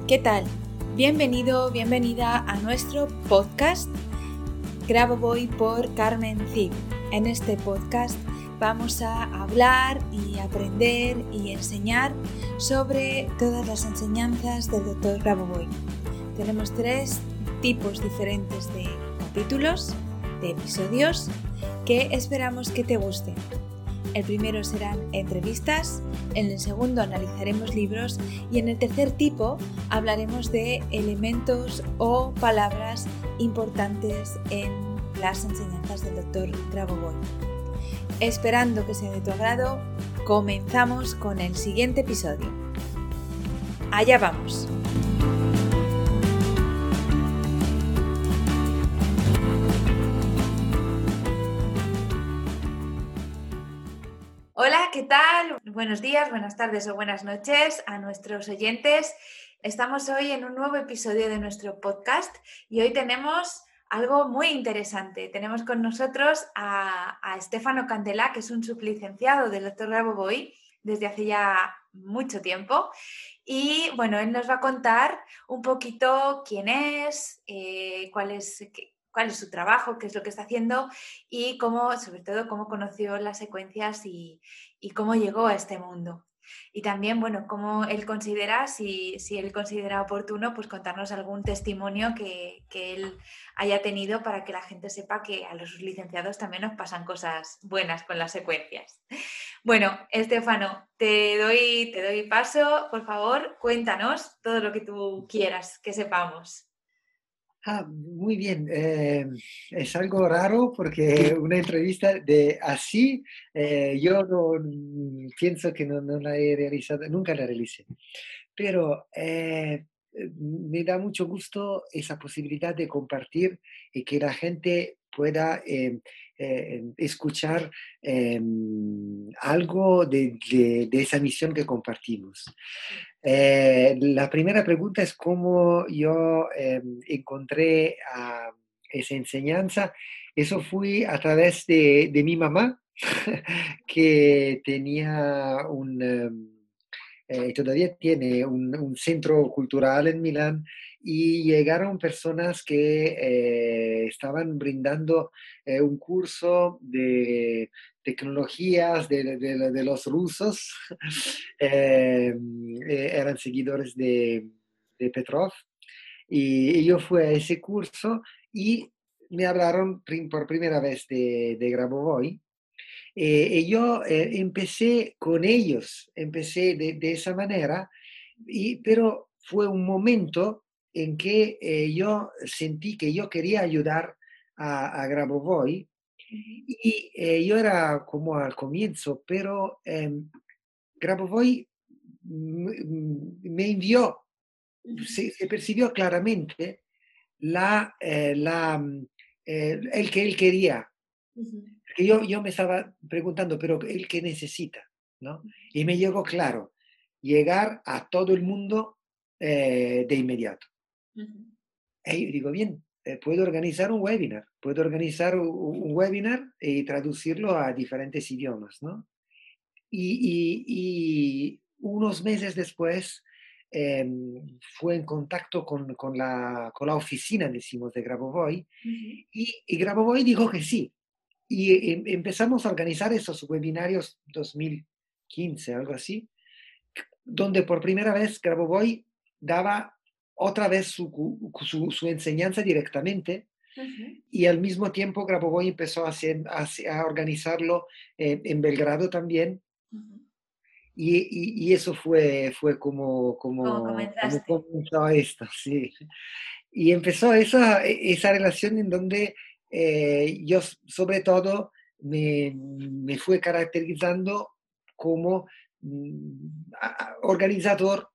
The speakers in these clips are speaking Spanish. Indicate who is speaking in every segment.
Speaker 1: ¿Qué tal? Bienvenido, bienvenida a nuestro podcast Grabovoi por Carmen Cid. En este podcast vamos a hablar y aprender y enseñar sobre todas las enseñanzas del Dr. Grabovoi. Tenemos 3 tipos diferentes de capítulos, de episodios, que esperamos que te gusten. El primero serán entrevistas, en el segundo analizaremos libros y en el tercer tipo hablaremos de elementos o palabras importantes en las enseñanzas del Dr. Grabovoi. Esperando que sea de tu agrado, comenzamos con el siguiente episodio. ¡Allá vamos! Hola, ¿qué tal? Buenos días, buenas tardes o buenas noches a nuestros oyentes. Estamos hoy en un nuevo episodio de nuestro podcast y hoy tenemos algo muy interesante. Tenemos con nosotros a Stefano Candelà, que es un sublicenciado del Dr. Grabovoi desde hace ya mucho tiempo. Y bueno, él nos va a contar un poquito quién es, cuál es su trabajo, qué es lo que está haciendo y cómo, sobre todo, cómo conoció las secuencias y cómo llegó a este mundo. Y también, bueno, cómo él considera, si él considera oportuno, pues contarnos algún testimonio que él haya tenido para que la gente sepa que a los licenciados también nos pasan cosas buenas con las secuencias. Bueno, Stefano, te doy paso, por favor, cuéntanos todo lo que tú quieras que sepamos.
Speaker 2: Muy bien. Es algo raro porque una entrevista de así, yo pienso que no la he realizado, nunca la realicé. Pero me da mucho gusto esa posibilidad de compartir y que la gente pueda escuchar algo de esa misión que compartimos. La primera pregunta es cómo yo encontré esa enseñanza. Eso fue a través de mi mamá, que tenía todavía tiene un centro cultural en Milán, y llegaron personas que estaban brindando un curso de tecnologías de los rusos. Eran seguidores de Petrov, y yo fui a ese curso y me hablaron por primera vez de Grabovoi. Y yo empecé con ellos, empecé de esa manera, pero fue un momento en que yo sentí que yo quería ayudar a Grabovoi, y yo era como al comienzo, pero Grabovoi me envió, se percibió claramente el que él quería. Porque yo me estaba preguntando, pero ¿el qué necesita? ¿No? Y me llegó claro, llegar a todo el mundo de inmediato. Y yo digo, bien, puedo organizar un webinar, puedo organizar un webinar y traducirlo a diferentes idiomas, ¿no? Y unos meses después eh, fue en contacto con la oficina, decimos, de Grabovoi, y Grabovoi dijo que sí. Y empezamos a organizar esos webinarios 2015, algo así, donde por primera vez Grabovoi daba otra vez su enseñanza directamente, y al mismo tiempo Grabovoi empezó a organizarlo en Belgrado también. Y eso fue
Speaker 1: ¿Cómo
Speaker 2: como
Speaker 1: comenzaste?
Speaker 2: comenzó esto, sí. Y empezó esa relación en donde yo sobre todo me fue caracterizando como organizador,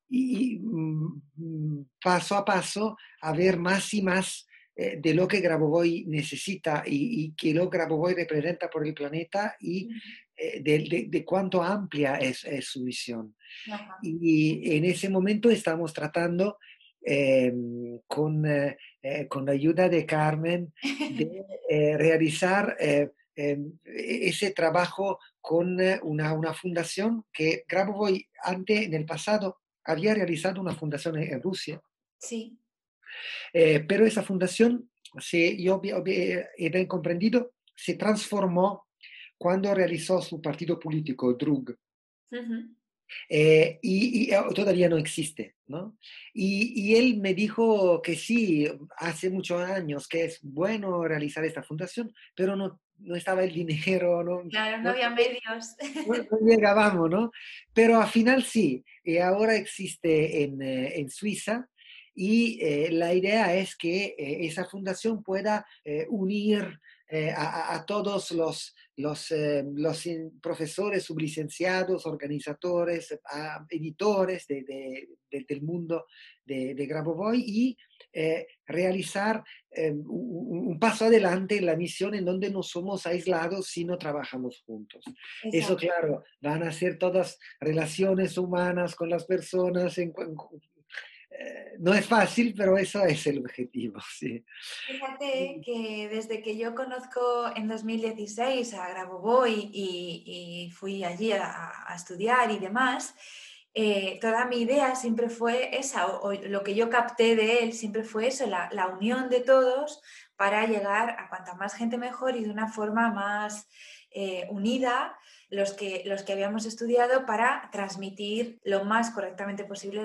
Speaker 2: y paso a paso a ver más y más de lo que Grabovoi necesita, y que lo Grabovoi representa por el planeta, y de cuánto amplia es su misión.
Speaker 1: Ajá.
Speaker 2: Y en ese momento estamos tratando eh, con la ayuda de Carmen de realizar ese trabajo con una fundación que Grabovoi antes, en el pasado, había realizado una fundación en Rusia,
Speaker 1: Sí.
Speaker 2: pero esa fundación, si yo he bien comprendido, se transformó cuando realizó su partido político, DRUG.
Speaker 1: Ujú.
Speaker 2: Todavía no existe, ¿no? Y él me dijo que sí, hace muchos años que es bueno realizar esta fundación, pero no estaba el dinero,
Speaker 1: Claro, no había medios.
Speaker 2: no llegábamos, ¿no? Pero al final sí, ahora existe en Suiza y la idea es que esa fundación pueda unir a todos los profesores, sublicenciados, organizadores, editores del mundo de Grabovoi y realizar un paso adelante en la misión en donde no somos aislados, sino trabajamos juntos. Eso,
Speaker 1: Exacto.
Speaker 2: claro, van a ser todas relaciones humanas con las personas. No es fácil, pero eso es el objetivo, sí.
Speaker 1: Fíjate que desde que yo conozco en 2016 a Grabovoi y fui allí a estudiar y demás, toda mi idea siempre fue esa, o lo que yo capté de él siempre fue eso, la unión de todos para llegar a cuanta más gente mejor y de una forma más unida los que habíamos estudiado para transmitir lo más correctamente posible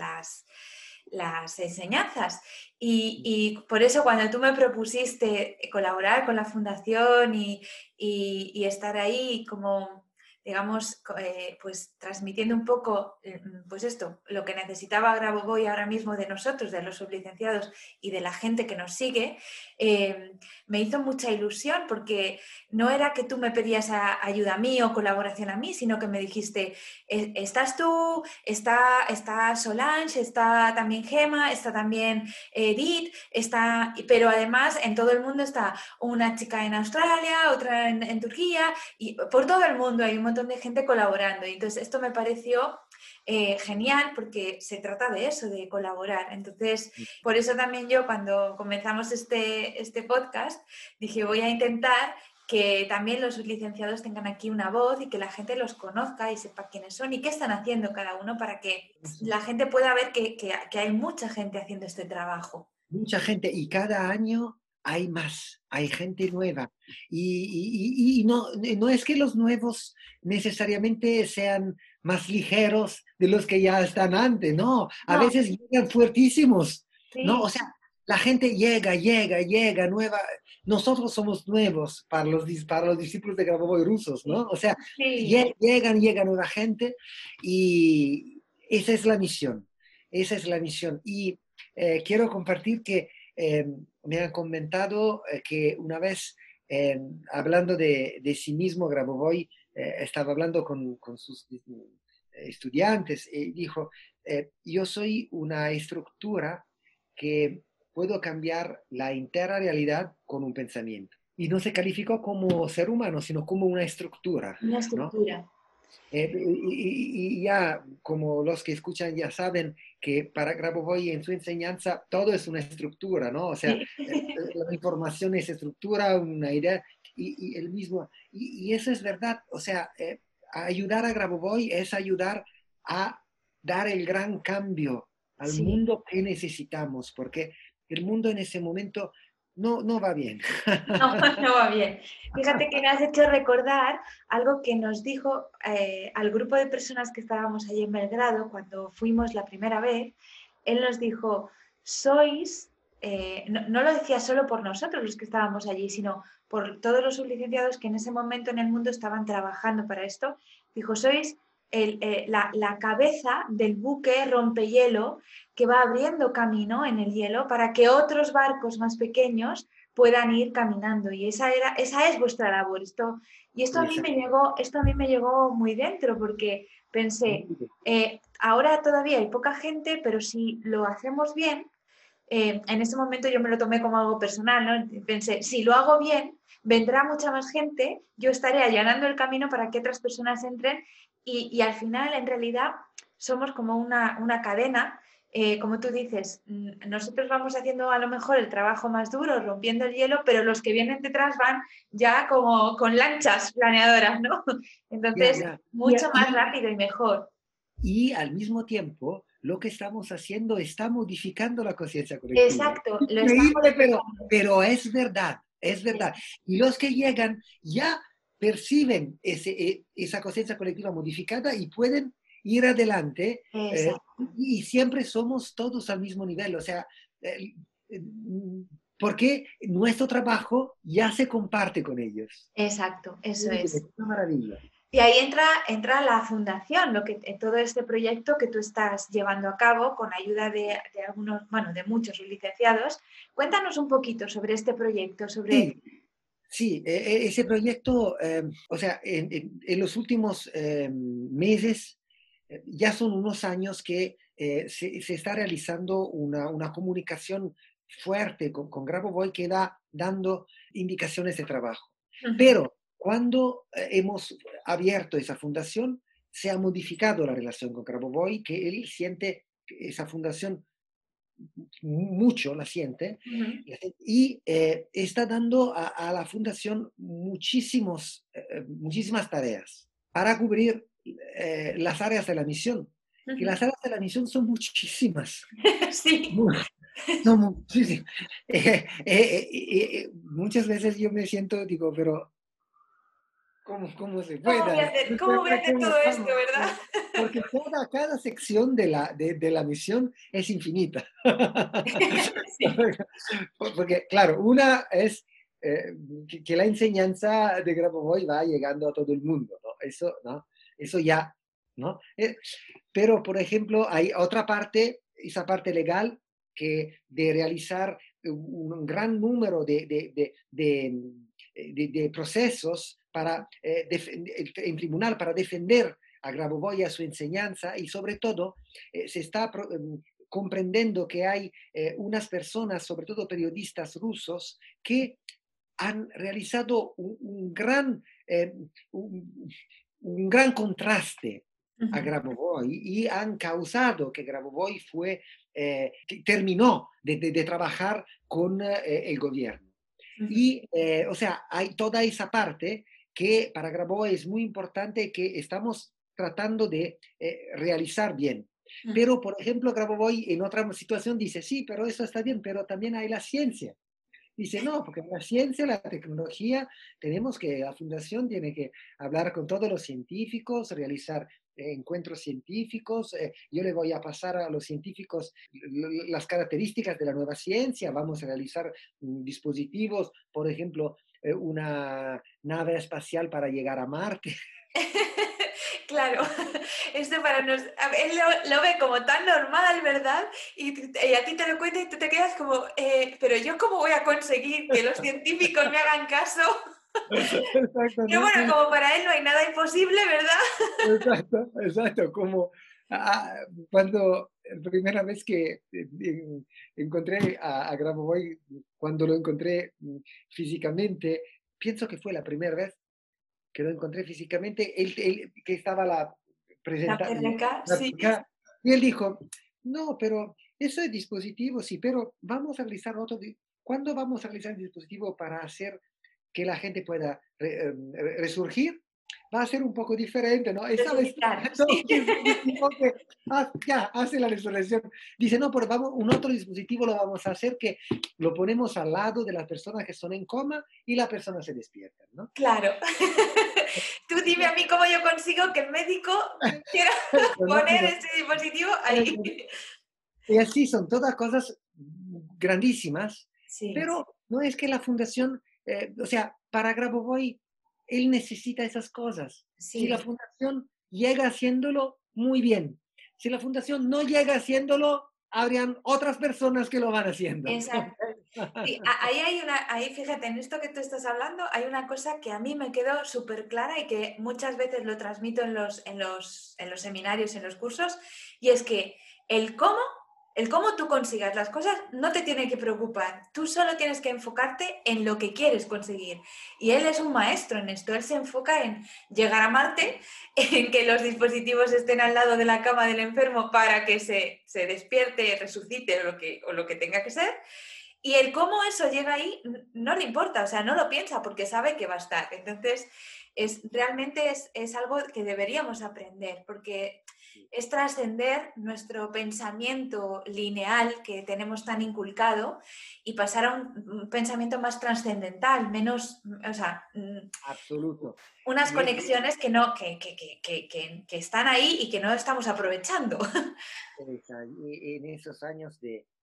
Speaker 1: las enseñanzas. Y por eso cuando tú me propusiste colaborar con la fundación y estar ahí como, digamos, pues transmitiendo un poco, pues esto, lo que necesitaba Grabovoi ahora mismo de nosotros, de los sublicenciados y de la gente que nos sigue, me hizo mucha ilusión porque no era que tú me pedías ayuda a mí o colaboración a mí, sino que me dijiste, estás tú, está Solange, está también Gema, está también Edith, pero además en todo el mundo está una chica en Australia, otra en Turquía, y por todo el mundo hay un montón de gente colaborando. Y entonces esto me pareció genial porque se trata de eso, de colaborar. Entonces, por eso también yo cuando comenzamos este podcast dije voy a intentar que también los licenciados tengan aquí una voz y que la gente los conozca y sepa quiénes son y qué están haciendo cada uno para que la gente pueda ver que hay mucha gente haciendo este trabajo.
Speaker 2: Mucha gente y cada año hay más, hay gente nueva. Y no es que los nuevos necesariamente sean más ligeros de los que ya están antes, no, a
Speaker 1: No,
Speaker 2: veces llegan fuertísimos, ¿no? O
Speaker 1: sí,
Speaker 2: sea, la gente llega, nueva. Nosotros somos nuevos para los discípulos de Grabovoi rusos, ¿no?
Speaker 1: sí,
Speaker 2: O sea,
Speaker 1: sí,
Speaker 2: llega nueva gente y esa es la misión, esa es la misión. Y quiero compartir que me han comentado que una vez, hablando de sí mismo, Grabovoi estaba hablando con sus estudiantes y dijo, yo soy una estructura que puedo cambiar la entera realidad con un pensamiento. Y no se calificó como ser humano, sino como una estructura,
Speaker 1: una
Speaker 2: ¿no?
Speaker 1: estructura.
Speaker 2: Y ya, como los que escuchan ya saben que para Grabovoi en su enseñanza todo es una estructura, ¿no? O sea,
Speaker 1: Sí.
Speaker 2: la información es estructura, una idea, y el mismo, y eso es verdad, o sea, ayudar a Grabovoi es ayudar a dar el gran cambio al
Speaker 1: Sí.
Speaker 2: mundo que necesitamos, porque el mundo en ese momento no va bien.
Speaker 1: No, no va bien. Fíjate que me has hecho recordar algo que nos dijo al grupo de personas que estábamos allí en Belgrado cuando fuimos la primera vez. Él nos dijo, sois, no lo decía solo por nosotros los que estábamos allí, sino por todos los sublicenciados que en ese momento en el mundo estaban trabajando para esto. Dijo, sois la cabeza del buque rompehielo que va abriendo camino en el hielo para que otros barcos más pequeños puedan ir caminando. Y esa es vuestra labor. Esto a mí me llegó muy dentro porque pensé, ahora todavía hay poca gente, pero si lo hacemos bien, en ese momento yo me lo tomé como algo personal, ¿no? Pensé, si lo hago bien, vendrá mucha más gente, yo estaré allanando el camino para que otras personas entren y al final, en realidad, somos como una cadena. Como tú dices, nosotros vamos haciendo a lo mejor el trabajo más duro, rompiendo el hielo, pero los que vienen detrás van ya como con lanchas planeadoras, ¿no?
Speaker 2: Ya,
Speaker 1: Entonces,
Speaker 2: ya.
Speaker 1: mucho más rápido y mejor.
Speaker 2: Y al mismo tiempo, lo que estamos haciendo está modificando la conciencia colectiva.
Speaker 1: Exacto, lo está
Speaker 2: Increíble,
Speaker 1: modificando.
Speaker 2: pero es verdad, es
Speaker 1: Sí,
Speaker 2: verdad. Y los que llegan ya perciben esa conciencia colectiva modificada y pueden ir adelante,
Speaker 1: exacto.
Speaker 2: y siempre somos todos al mismo nivel. O sea, eh, eh, porque nuestro trabajo ya se comparte con ellos.
Speaker 1: Exacto, eso
Speaker 2: Es
Speaker 1: es.
Speaker 2: una maravilla.
Speaker 1: Y ahí entra la fundación, todo este proyecto que tú estás llevando a cabo con ayuda de algunos, bueno, de muchos licenciados. Cuéntanos un poquito sobre este proyecto, sobre...
Speaker 2: Sí, sí, ese proyecto, o sea, en los últimos meses, ya son unos años que se está realizando una comunicación fuerte con Grabovoi que da dando indicaciones de trabajo.
Speaker 1: Ujú,
Speaker 2: Pero cuando hemos abierto esa fundación, se ha modificado la relación con Grabovoi, que él siente que esa fundación mucho,
Speaker 1: ujú.
Speaker 2: y está dando a la fundación muchísimas tareas para cubrir las áreas de la misión, que
Speaker 1: Ujú.
Speaker 2: las áreas de la misión son muchísimas,
Speaker 1: Sí.
Speaker 2: mu- son muchísimas. Muchas veces yo me siento, digo, pero ¿cómo se puede?
Speaker 1: ¿Cómo voy a hacer todo esto, verdad?
Speaker 2: Porque cada sección de la misión es infinita.
Speaker 1: Sí.
Speaker 2: Porque, claro, una es que la enseñanza de Grabovoi va llegando a todo el mundo, ¿no? Eso, ¿no? Eso ya, ¿no? Pero, por ejemplo, hay otra parte, esa parte legal, que de realizar un gran número de procesos para, en tribunal para defender a Grabovoi y a su enseñanza, y sobre todo se está comprendiendo que hay unas personas, sobre todo periodistas rusos, que han realizado eh, un, un gran contraste a
Speaker 1: Ujú,
Speaker 2: Grabovoi y han causado que Grabovoi que terminó de trabajar con el gobierno.
Speaker 1: ujú,
Speaker 2: Y, o sea, hay toda esa parte que para Grabovoi es muy importante que estamos tratando de realizar bien.
Speaker 1: ujú.
Speaker 2: Pero, por ejemplo, Grabovoi en otra situación dice, sí, pero eso está bien, pero también hay la ciencia. Dice, no, porque la ciencia, la tecnología, la fundación tiene que hablar con todos los científicos, realizar encuentros científicos, yo le voy a pasar a los científicos las características de la nueva ciencia, vamos a realizar dispositivos, por ejemplo, una nave espacial para llegar a Marte.
Speaker 1: Claro, esto para él lo ve como tan normal, ¿verdad? Y a ti te lo cuenta y tú te quedas como, pero yo cómo voy a conseguir que los científicos me hagan caso.
Speaker 2: Exacto,
Speaker 1: Pero
Speaker 2: ¿no?
Speaker 1: bueno, como para él no hay nada imposible, ¿verdad?
Speaker 2: Exacto, exacto, como cuando la primera vez que encontré a Grabovoi, cuando lo encontré físicamente, pienso que fue la primera vez que lo encontré físicamente, que estaba
Speaker 1: La
Speaker 2: presenta,
Speaker 1: PRK,
Speaker 2: la-
Speaker 1: sí.
Speaker 2: y él dijo, no, pero eso es dispositivo, sí, pero vamos a realizar ¿cuándo vamos a realizar el dispositivo para hacer que la gente pueda resurgir? Va a ser un poco diferente, ¿no? Esta vez
Speaker 1: Resucitar,
Speaker 2: no,
Speaker 1: sí.
Speaker 2: un dispositivo que ya hace la resurrección. Dice, no, pero un otro dispositivo lo vamos a hacer que lo ponemos al lado de las personas que son en coma y la persona se despierta, ¿no?
Speaker 1: Claro. Tú dime a mí cómo yo consigo que el médico quiera
Speaker 2: ¿No?
Speaker 1: poner
Speaker 2: Digo,
Speaker 1: ese dispositivo ahí.
Speaker 2: y así son todas cosas grandísimas,
Speaker 1: Sí,
Speaker 2: pero no es que la fundación, o sea, para Grabovoi, él necesita esas cosas. Si la
Speaker 1: sí.
Speaker 2: fundación llega haciéndolo, muy bien. Si la fundación no llega haciéndolo, habrían otras personas que lo van haciendo.
Speaker 1: Exacto. Sí, ahí hay ahí fíjate, en esto que tú estás hablando, hay una cosa que a mí me quedó súper clara y que muchas veces lo transmito en los seminarios, en los cursos, y es que el cómo, el cómo tú consigas las cosas no te tiene que preocupar. Tú solo tienes que enfocarte en lo que quieres conseguir. Y él es un maestro en esto. Él se enfoca en llegar a Marte, en que los dispositivos estén al lado de la cama del enfermo para que se despierte, resucite o lo que tenga que ser Y el cómo eso llega ahí no le importa, o sea, no lo piensa porque sabe que va a estar. Entonces, realmente es algo que deberíamos aprender, porque es trascender nuestro pensamiento lineal que tenemos tan inculcado y pasar a un pensamiento más trascendental, menos, o sea,
Speaker 2: Absoluto.
Speaker 1: unas
Speaker 2: Y
Speaker 1: conexiones que, no, que están ahí y que no estamos aprovechando.
Speaker 2: en esos años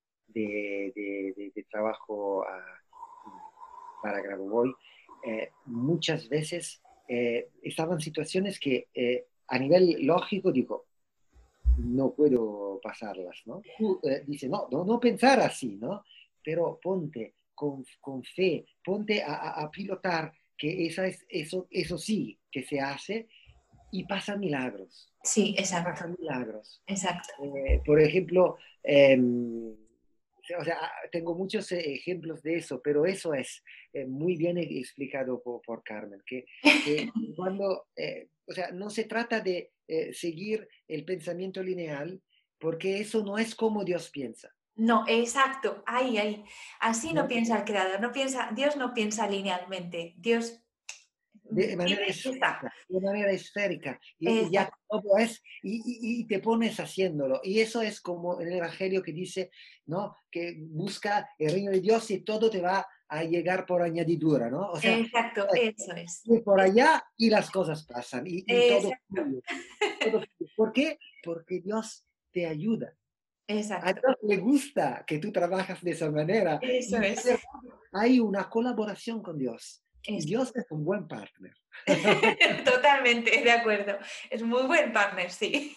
Speaker 2: de trabajo para Grabovoi, muchas veces estaban situaciones que a nivel lógico digo, no puedo pasarlas, ¿no? Tú dices, no pensar así, ¿no? Pero ponte con fe, ponte a pilotar, que eso sí que se hace y pasan milagros,
Speaker 1: Sí,
Speaker 2: y
Speaker 1: exacto,
Speaker 2: pasan milagros.
Speaker 1: exacto.
Speaker 2: Por ejemplo, o sea, tengo muchos ejemplos de eso, pero eso es muy bien explicado por Carmen, que cuando, o sea, no se trata de seguir el pensamiento lineal, porque eso no es como Dios piensa.
Speaker 1: No, exacto, ahí, ahí. Así no
Speaker 2: ¿No?
Speaker 1: piensa el creador, no piensa, Dios no piensa linealmente, Dios
Speaker 2: De
Speaker 1: vive
Speaker 2: manera
Speaker 1: y está.
Speaker 2: esférica, de manera esférica, y ya
Speaker 1: Exacto,
Speaker 2: todo es, y te pones haciéndolo. Y eso es como en el Evangelio que dice, ¿no? Que busca el reino de Dios y todo te va a llegar por añadidura, ¿no? O sea,
Speaker 1: exacto, eso es.
Speaker 2: y por allá y las cosas pasan, y todo
Speaker 1: Exacto,
Speaker 2: fluye, todo fluye. ¿Por qué? Porque Dios te ayuda. A
Speaker 1: exacto,
Speaker 2: Dios le gusta que tú trabajas de esa manera,
Speaker 1: eso
Speaker 2: y de
Speaker 1: es.
Speaker 2: verdad hay una colaboración con Dios. Y
Speaker 1: Eso.
Speaker 2: Dios es un buen partner.
Speaker 1: Totalmente, de acuerdo. Es muy buen partner, sí.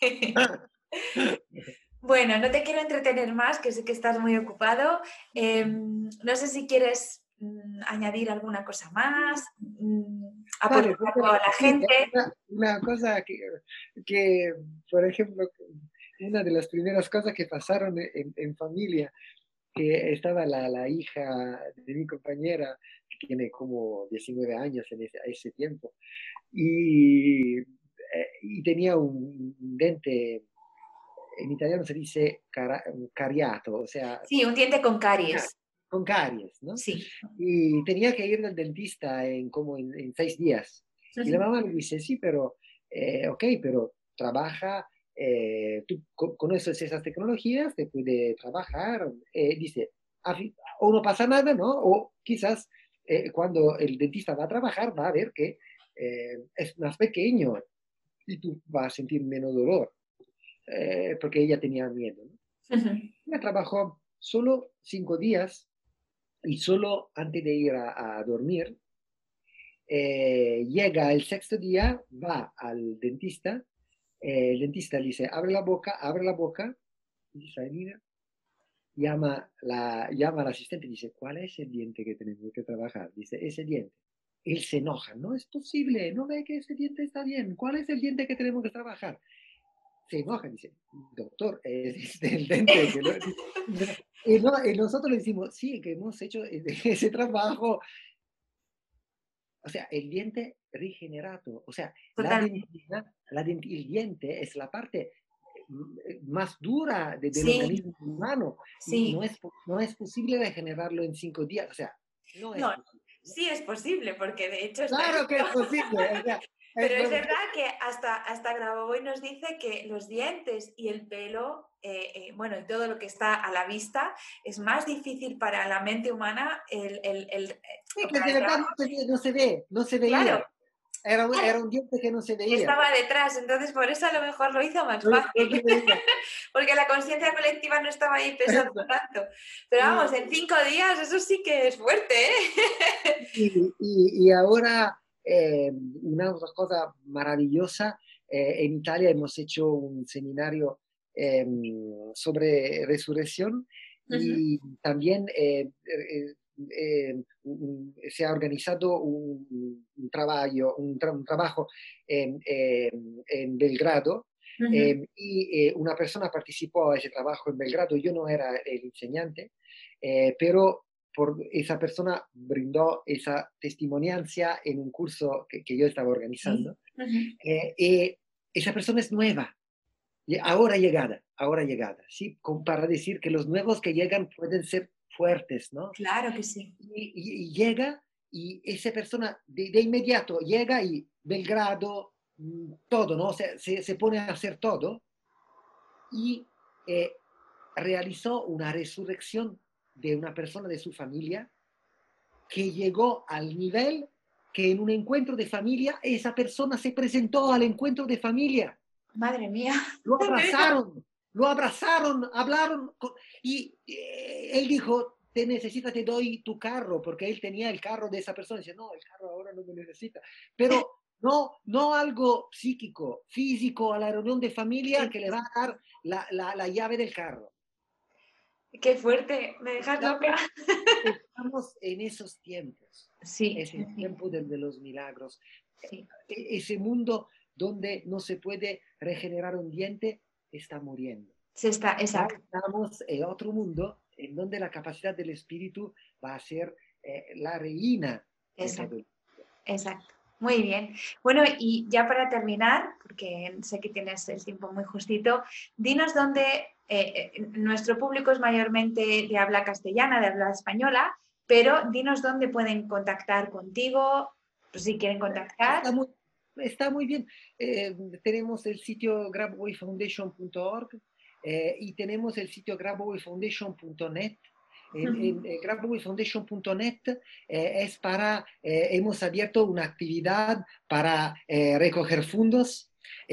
Speaker 1: Bueno, no te quiero entretener más, que sé que estás muy ocupado. No sé si quieres añadir alguna cosa más, aportar
Speaker 2: Vale, porque
Speaker 1: algo a la
Speaker 2: sí,
Speaker 1: gente.
Speaker 2: una cosa que, por ejemplo, una de las primeras cosas que pasaron en familia, que estaba la hija de mi compañera, que tiene como 19 años en ese tiempo, y tenía un dente, en italiano se dice cariato, o sea,
Speaker 1: Sí, un diente con caries.
Speaker 2: con caries, ¿no?
Speaker 1: Sí.
Speaker 2: Y tenía que ir al dentista en 6 días. Y la mamá le dice, sí, pero, ok, pero trabaja, tú conoces esas tecnologías, te puede trabajar. Dice, o no pasa nada, ¿no? O quizás cuando el dentista va a trabajar va a ver que es más pequeño y tú vas a sentir menos dolor, porque ella tenía miedo, ¿no? Ella trabajó solo 5 días y solo antes de ir a dormir, llega el sexto día, va al dentista, el dentista le dice, abre la boca, y dice, "Ay, mira", llama al asistente y dice, ¿cuál es el diente que tenemos que trabajar? Dice, ese diente. Él se enoja, no es posible, no ve que ese diente está bien, ¿cuál es el diente que tenemos que trabajar? Se enoja, dice, doctor, es el diente que no... Y nosotros le decimos, sí, que hemos hecho ese trabajo. O sea, el diente regenerato, o sea,
Speaker 1: Totalmente.
Speaker 2: el diente es la parte más dura del
Speaker 1: Sí,
Speaker 2: organismo humano, y
Speaker 1: sí.
Speaker 2: no es posible regenerarlo en 5 días, o sea, no es
Speaker 1: No,
Speaker 2: posible.
Speaker 1: sí es posible, porque de hecho está
Speaker 2: Claro que
Speaker 1: hecho.
Speaker 2: es posible, o sea,
Speaker 1: Pero es verdad que hasta Grabovoi nos dice que los dientes y el pelo, bueno, y todo lo que está a la vista, es más difícil para la mente humana
Speaker 2: sí, que
Speaker 1: para
Speaker 2: de
Speaker 1: el
Speaker 2: verdad
Speaker 1: trabajo.
Speaker 2: no se
Speaker 1: Claro,
Speaker 2: veía,
Speaker 1: claro,
Speaker 2: era un diente que no se veía,
Speaker 1: estaba detrás, entonces por eso a lo mejor lo hizo más
Speaker 2: no
Speaker 1: fácil,
Speaker 2: se veía.
Speaker 1: porque la conciencia colectiva no estaba ahí pesando tanto. Pero vamos,
Speaker 2: Y,
Speaker 1: en 5 días eso sí que es fuerte, ¿eh?
Speaker 2: y ahora, una otra cosa maravillosa, en Italia hemos hecho un seminario sobre resurrección, y también se ha organizado un trabajo en Belgrado, y una persona participó a ese trabajo en Belgrado. Yo no era el enseñante, pero esa persona brindó esa testimoniancia en un curso que yo estaba
Speaker 1: Sí.
Speaker 2: organizando. Y esa persona es nueva, y ahora llegada, ¿sí? Para decir que los nuevos que llegan pueden ser fuertes, ¿no?
Speaker 1: Claro que sí.
Speaker 2: Y llega, y esa persona de inmediato llega y Belgrado, todo, ¿no? Se pone a hacer todo y realizó una resurrección de una persona de su familia que llegó al nivel que en un encuentro de familia esa persona se presentó al encuentro de familia.
Speaker 1: Madre mía.
Speaker 2: Lo abrazaron, hablaron y él dijo, te necesita, te doy tu carro, porque él tenía el carro de esa persona. Dice, no, el carro ahora no me necesita. Pero no algo psíquico, físico, a la reunión de familia, sí, que le va a dar la llave del carro.
Speaker 1: Qué fuerte, me dejas loca.
Speaker 2: Estamos en esos tiempos.
Speaker 1: Sí.
Speaker 2: Es el tiempo de los milagros.
Speaker 1: Sí.
Speaker 2: Ese mundo donde no se puede regenerar un diente está muriendo.
Speaker 1: Exacto.
Speaker 2: Estamos en otro mundo en donde la capacidad del espíritu va a ser la reina.
Speaker 1: Exacto. Exacto. Muy bien. Bueno, y ya para terminar, porque sé que tienes el tiempo muy justito, dinos dónde nuestro público es mayormente de habla castellana, de habla española, pero dinos dónde pueden contactar contigo, pues si quieren contactar.
Speaker 2: Está muy bien. Tenemos el sitio grabowayfoundation.org y tenemos el sitio grabowayfoundation.net. En grabowayfoundation.net es hemos abierto una actividad para recoger fondos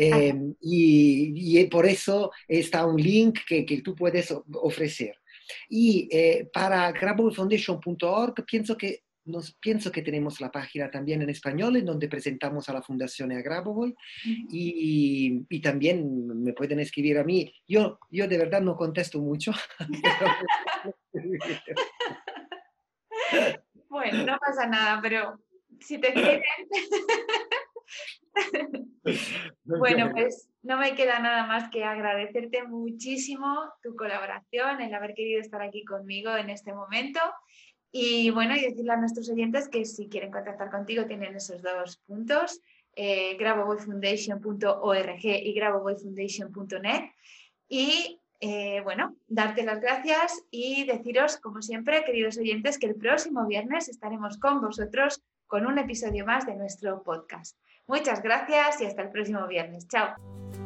Speaker 2: y por eso está un link que tú puedes ofrecer. Y para grabowayfoundation.org pienso que tenemos la página también en español en donde presentamos a la Fundación Grabovoi y también me pueden escribir a mí. Yo de verdad no contesto mucho.
Speaker 1: Bueno, no pasa nada, pero si te quieren... Bueno, pues no me queda nada más que agradecerte muchísimo tu colaboración, el haber querido estar aquí conmigo en este momento. Y bueno, y decirle a nuestros oyentes que si quieren contactar contigo tienen esos dos puntos, grabowayfoundation.org y grabowayfoundation.net. Y bueno, darte las gracias y deciros, como siempre, queridos oyentes, que el próximo viernes estaremos con vosotros con un episodio más de nuestro podcast. Muchas gracias y hasta el próximo viernes. Chao.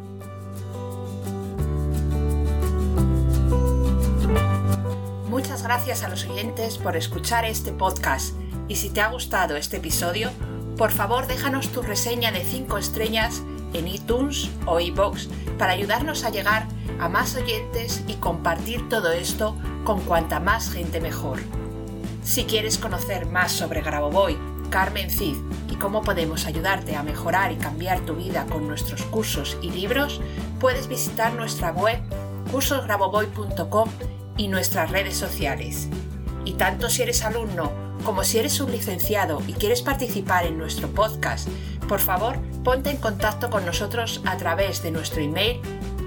Speaker 3: Muchas gracias a los oyentes por escuchar este podcast y si te ha gustado este episodio, por favor déjanos tu reseña de 5 estrellas en iTunes o iVoox para ayudarnos a llegar a más oyentes y compartir todo esto con cuanta más gente mejor. Si quieres conocer más sobre Grabovoi, Carmen Cid y cómo podemos ayudarte a mejorar y cambiar tu vida con nuestros cursos y libros, puedes visitar nuestra web cursosgrabovoi.com y nuestras redes sociales. Y tanto si eres alumno como si eres sublicenciado y quieres participar en nuestro podcast, por favor, ponte en contacto con nosotros a través de nuestro email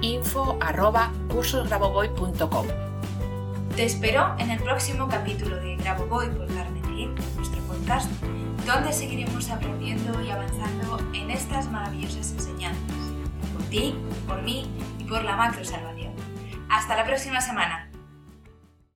Speaker 3: info@cursosgrabovoi.com.
Speaker 1: Te espero en el próximo capítulo de Grabovoi por Carmen Cid, nuestro podcast, donde seguiremos aprendiendo y avanzando en estas maravillosas enseñanzas, por ti, por mí y por la macro salvación. Hasta la próxima semana.